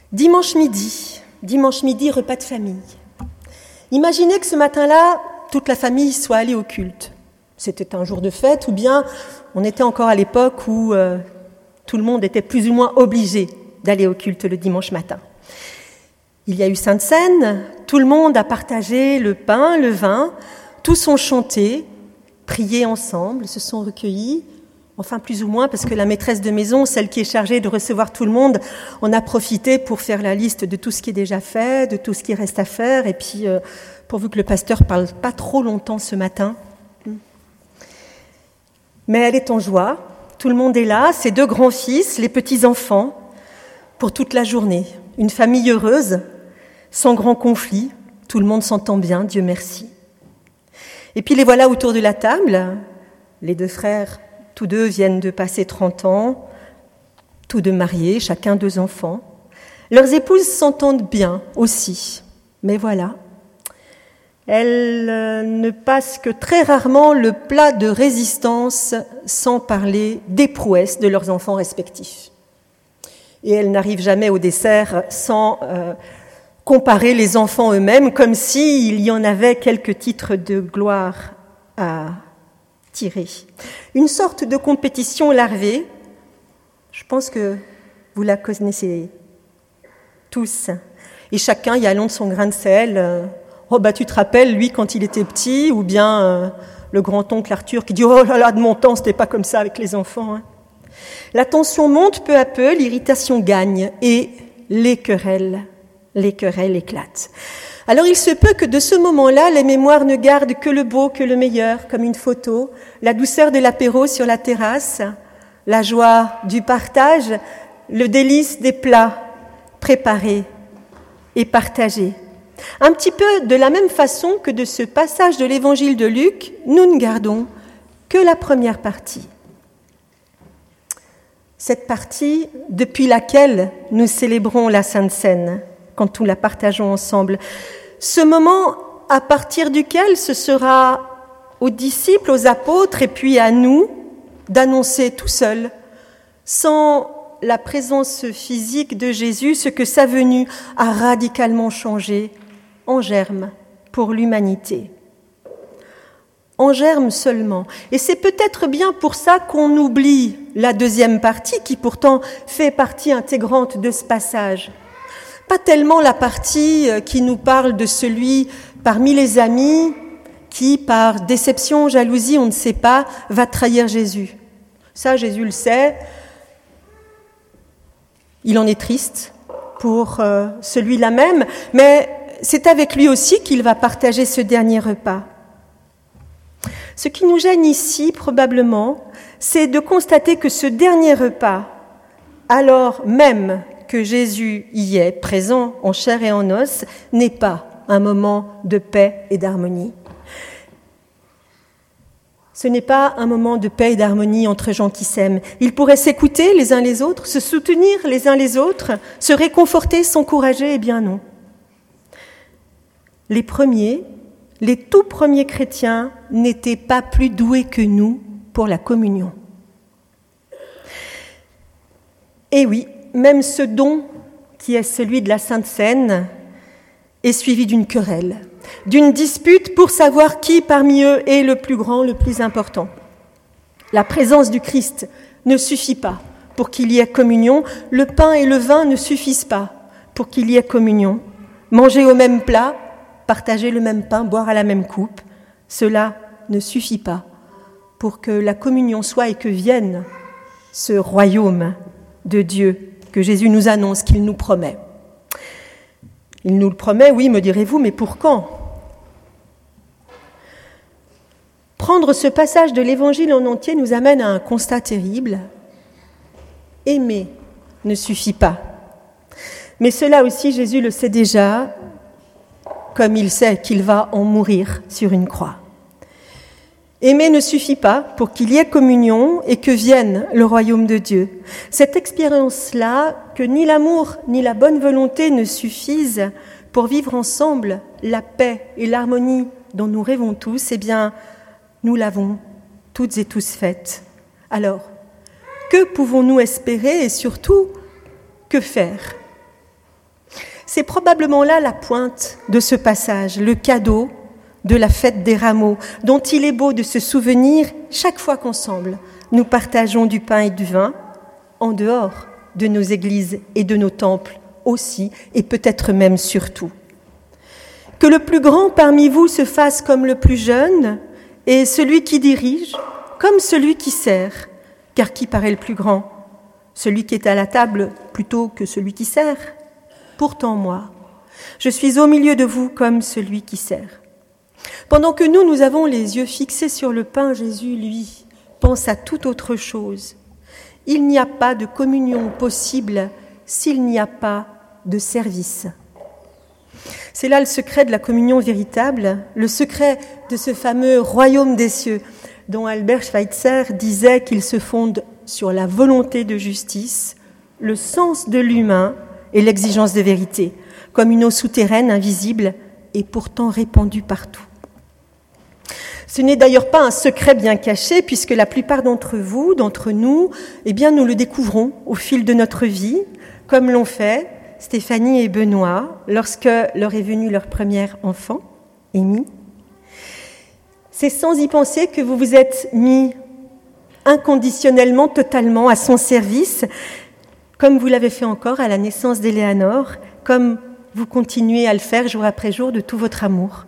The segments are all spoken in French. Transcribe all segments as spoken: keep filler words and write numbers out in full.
Dimanche midi, dimanche midi, repas de famille. Imaginez que ce matin-là, toute la famille soit allée au culte. C'était un jour de fête ou bien on était encore à l'époque où euh, tout le monde était plus ou moins obligé d'aller au culte le dimanche matin. Il y a eu Sainte Seine, tout le monde a partagé le pain, le vin, tous ont chanté, prié ensemble, se sont recueillis. Enfin, plus ou moins, parce que la maîtresse de maison, celle qui est chargée de recevoir tout le monde, on a profité pour faire la liste de tout ce qui est déjà fait, de tout ce qui reste à faire, et puis euh, pourvu que le pasteur parle pas trop longtemps ce matin. Mais elle est en joie, tout le monde est là, ses deux grands-fils, les petits-enfants, pour toute la journée. Une famille heureuse, sans grand conflit, tout le monde s'entend bien, Dieu merci. Et puis les voilà autour de la table, les deux frères. Tous deux viennent de passer trente ans, tous deux mariés, chacun deux enfants. Leurs épouses s'entendent bien aussi, mais voilà, elles ne passent que très rarement le plat de résistance sans parler des prouesses de leurs enfants respectifs. Et elles n'arrivent jamais au dessert sans euh, comparer les enfants eux-mêmes, comme s'il y en avait quelques titres de gloire à tirer. Une sorte de compétition larvée, je pense que vous la connaissez tous. Et chacun y allant de son grain de sel. Oh bah tu te rappelles, lui, quand il était petit, ou bien euh, le grand-oncle Arthur qui dit « Oh là là, de mon temps, c'était pas comme ça avec les enfants. Hein. » La tension monte peu à peu, l'irritation gagne, et les querelles, les querelles éclatent. Alors il se peut que de ce moment-là, les mémoires ne gardent que le beau, que le meilleur, comme une photo, la douceur de l'apéro sur la terrasse, la joie du partage, le délice des plats préparés et partagés. Un petit peu de la même façon que de ce passage de l'évangile de Luc, nous ne gardons que la première partie. Cette partie depuis laquelle nous célébrons la Sainte Seine, quand nous la partageons ensemble. Ce moment à partir duquel ce sera aux disciples, aux apôtres et puis à nous d'annoncer tout seul, sans la présence physique de Jésus, ce que sa venue a radicalement changé en germe pour l'humanité. En germe seulement. Et c'est peut-être bien pour ça qu'on oublie la deuxième partie, qui pourtant fait partie intégrante de ce passage. Pas tellement la partie qui nous parle de celui parmi les amis qui, par déception, jalousie, on ne sait pas, va trahir Jésus. Ça, Jésus le sait. Il en est triste pour euh, celui-là même, mais c'est avec lui aussi qu'il va partager ce dernier repas. Ce qui nous gêne ici, probablement, c'est de constater que ce dernier repas, alors même que Jésus y est, présent en chair et en os, n'est pas un moment de paix et d'harmonie. Ce n'est pas un moment de paix et d'harmonie entre gens qui s'aiment. Ils pourraient s'écouter les uns les autres, se soutenir les uns les autres, se réconforter, s'encourager, eh bien non. Les premiers, les tout premiers chrétiens n'étaient pas plus doués que nous pour la communion. Et oui, même ce don qui est celui de la Sainte Seine est suivi d'une querelle, d'une dispute pour savoir qui parmi eux est le plus grand, le plus important. La présence du Christ ne suffit pas pour qu'il y ait communion, le pain et le vin ne suffisent pas pour qu'il y ait communion. Manger au même plat, partager le même pain, boire à la même coupe, cela ne suffit pas pour que la communion soit et que vienne ce royaume de Dieu que Jésus nous annonce, qu'il nous promet. Il nous le promet, oui, me direz-vous, mais pour quand ? Prendre ce passage de l'Évangile en entier nous amène à un constat terrible. Aimer ne suffit pas. Mais cela aussi, Jésus le sait déjà, comme il sait qu'il va en mourir sur une croix. Aimer ne suffit pas pour qu'il y ait communion et que vienne le royaume de Dieu. Cette expérience-là, que ni l'amour ni la bonne volonté ne suffisent pour vivre ensemble la paix et l'harmonie dont nous rêvons tous, eh bien, nous l'avons toutes et tous faite. Alors, que pouvons-nous espérer et surtout, que faire ? C'est probablement là la pointe de ce passage, le cadeau de la fête des rameaux, dont il est beau de se souvenir chaque fois qu'ensemble nous partageons du pain et du vin, en dehors de nos églises et de nos temples aussi, et peut-être même surtout. Que le plus grand parmi vous se fasse comme le plus jeune, et celui qui dirige comme celui qui sert, car qui paraît le plus grand? Celui qui est à la table plutôt que celui qui sert? Pourtant moi, je suis au milieu de vous comme celui qui sert. Pendant que nous, nous avons les yeux fixés sur le pain, Jésus, lui, pense à toute autre chose. Il n'y a pas de communion possible s'il n'y a pas de service. C'est là le secret de la communion véritable, le secret de ce fameux royaume des cieux, dont Albert Schweitzer disait qu'il se fonde sur la volonté de justice, le sens de l'humain et l'exigence de vérité, comme une eau souterraine invisible et pourtant répandue partout. Ce n'est d'ailleurs pas un secret bien caché, puisque la plupart d'entre vous, d'entre nous, eh bien, nous le découvrons au fil de notre vie, comme l'ont fait Stéphanie et Benoît lorsque leur est venu leur premier enfant, Amy. C'est sans y penser que vous vous êtes mis inconditionnellement, totalement à son service, comme vous l'avez fait encore à la naissance d'Éléanore, comme vous continuez à le faire jour après jour de tout votre amour.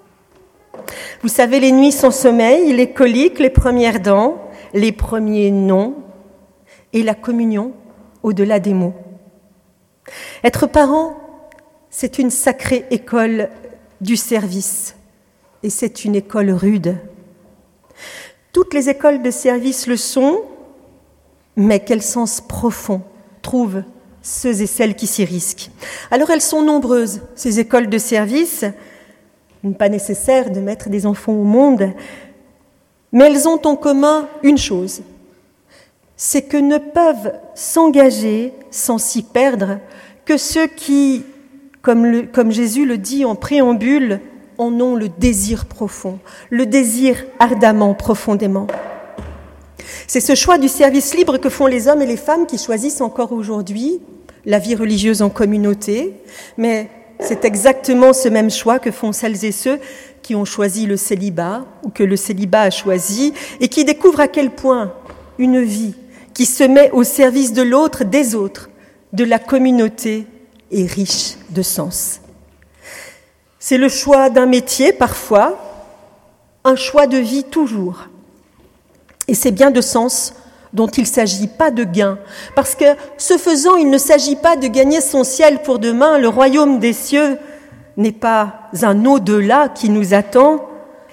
Vous savez, les nuits sans sommeil, les coliques, les premières dents, les premiers noms et la communion au-delà des mots. Être parent, c'est une sacrée école du service et c'est une école rude. Toutes les écoles de service le sont, mais quel sens profond trouvent ceux et celles qui s'y risquent. Alors elles sont nombreuses, ces écoles de service. Il n'est pas nécessaire de mettre des enfants au monde, mais elles ont en commun une chose, c'est que ne peuvent s'engager sans s'y perdre que ceux qui, comme, le, comme Jésus le dit en préambule, en ont le désir profond, le désir ardemment, profondément. C'est ce choix du service libre que font les hommes et les femmes qui choisissent encore aujourd'hui la vie religieuse en communauté, mais c'est exactement ce même choix que font celles et ceux qui ont choisi le célibat ou que le célibat a choisi et qui découvrent à quel point une vie qui se met au service de l'autre, des autres, de la communauté est riche de sens. C'est le choix d'un métier parfois, un choix de vie toujours. Et c'est bien de sens dont il ne s'agit pas de gain. Parce que, ce faisant, il ne s'agit pas de gagner son ciel pour demain. Le royaume des cieux n'est pas un au-delà qui nous attend.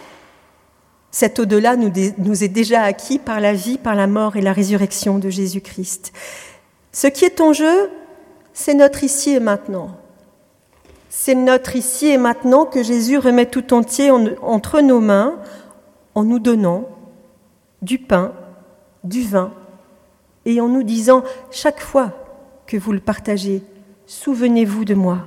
Cet au-delà nous, dé- nous est déjà acquis par la vie, par la mort et la résurrection de Jésus-Christ. Ce qui est en jeu, c'est notre ici et maintenant. C'est notre ici et maintenant que Jésus remet tout entier en, entre nos mains en nous donnant du pain, du vin, et en nous disant chaque fois que vous le partagez, souvenez-vous de moi.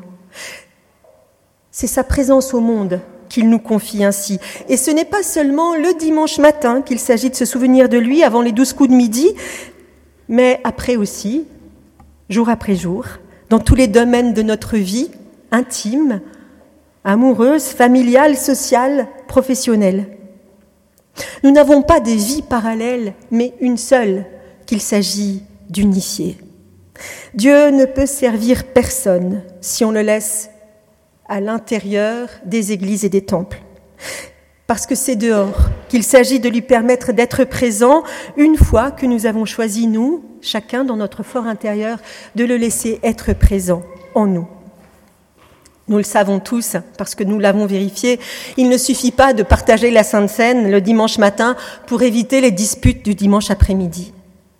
C'est sa présence au monde qu'il nous confie ainsi. Et ce n'est pas seulement le dimanche matin qu'il s'agit de se souvenir de lui avant les douze coups de midi, mais après aussi, jour après jour, dans tous les domaines de notre vie, intime, amoureuse, familiale, sociale, professionnelle. Nous n'avons pas des vies parallèles, mais une seule qu'il s'agit d'unifier. Dieu ne peut servir personne si on le laisse à l'intérieur des églises et des temples. Parce que c'est dehors qu'il s'agit de lui permettre d'être présent une fois que nous avons choisi, nous, chacun dans notre fort intérieur, de le laisser être présent en nous. Nous le savons tous, parce que nous l'avons vérifié, il ne suffit pas de partager la Sainte Seine le dimanche matin pour éviter les disputes du dimanche après-midi.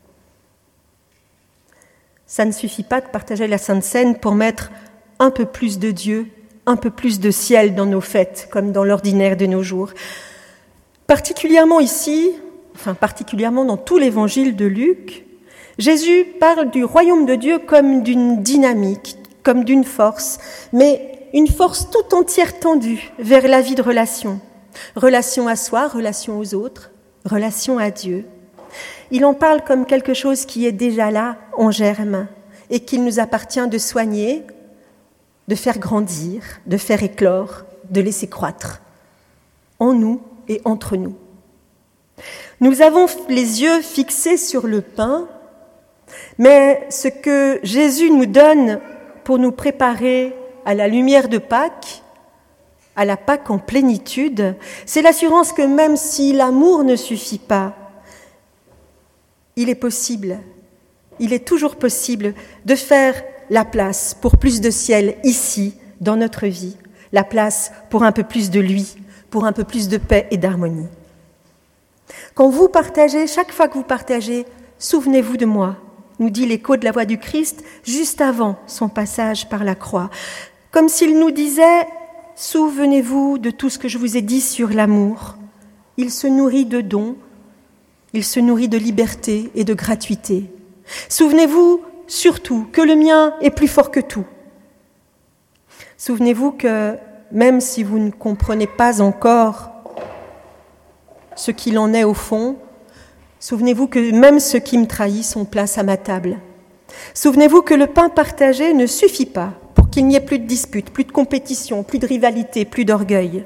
Ça ne suffit pas de partager la Sainte Seine pour mettre un peu plus de Dieu, un peu plus de ciel dans nos fêtes, comme dans l'ordinaire de nos jours. Particulièrement ici, enfin particulièrement dans tout l'évangile de Luc, Jésus parle du royaume de Dieu comme d'une dynamique, comme d'une force, mais une force tout entière tendue vers la vie de relation. Relation à soi, relation aux autres, relation à Dieu. Il en parle comme quelque chose qui est déjà là, en germe, et qu'il nous appartient de soigner, de faire grandir, de faire éclore, de laisser croître en nous et entre nous. Nous avons les yeux fixés sur le pain, mais ce que Jésus nous donne pour nous préparer à la lumière de Pâques, à la Pâques en plénitude, c'est l'assurance que même si l'amour ne suffit pas, il est possible, il est toujours possible de faire la place pour plus de ciel ici, dans notre vie, la place pour un peu plus de lui, pour un peu plus de paix et d'harmonie. Quand vous partagez, chaque fois que vous partagez, souvenez-vous de moi, nous dit l'écho de la voix du Christ juste avant son passage par la croix. Comme s'il nous disait, souvenez-vous de tout ce que je vous ai dit sur l'amour. Il se nourrit de dons, il se nourrit de liberté et de gratuité. Souvenez-vous surtout que le mien est plus fort que tout. Souvenez-vous que même si vous ne comprenez pas encore ce qu'il en est au fond, souvenez-vous que même ceux qui me trahissent ont place à ma table. Souvenez-vous que le pain partagé ne suffit pas pour qu'il n'y ait plus de disputes, plus de compétition, plus de rivalité, plus d'orgueil.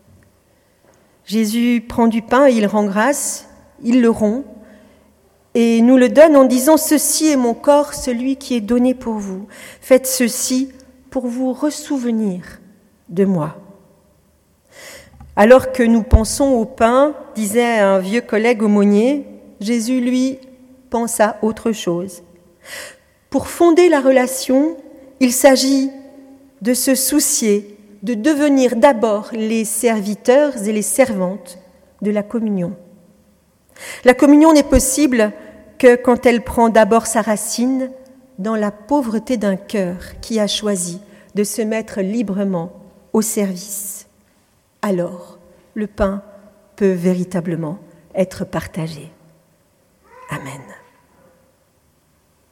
Jésus prend du pain et il rend grâce, il le rompt et nous le donne en disant « Ceci est mon corps, celui qui est donné pour vous. Faites ceci pour vous ressouvenir de moi. » Alors que nous pensons au pain, disait un vieux collègue aumônier, Jésus, lui, pense à autre chose. Pour fonder la relation, il s'agit de se soucier, de devenir d'abord les serviteurs et les servantes de la communion. La communion n'est possible que quand elle prend d'abord sa racine dans la pauvreté d'un cœur qui a choisi de se mettre librement au service. Alors, le pain peut véritablement être partagé. Amen.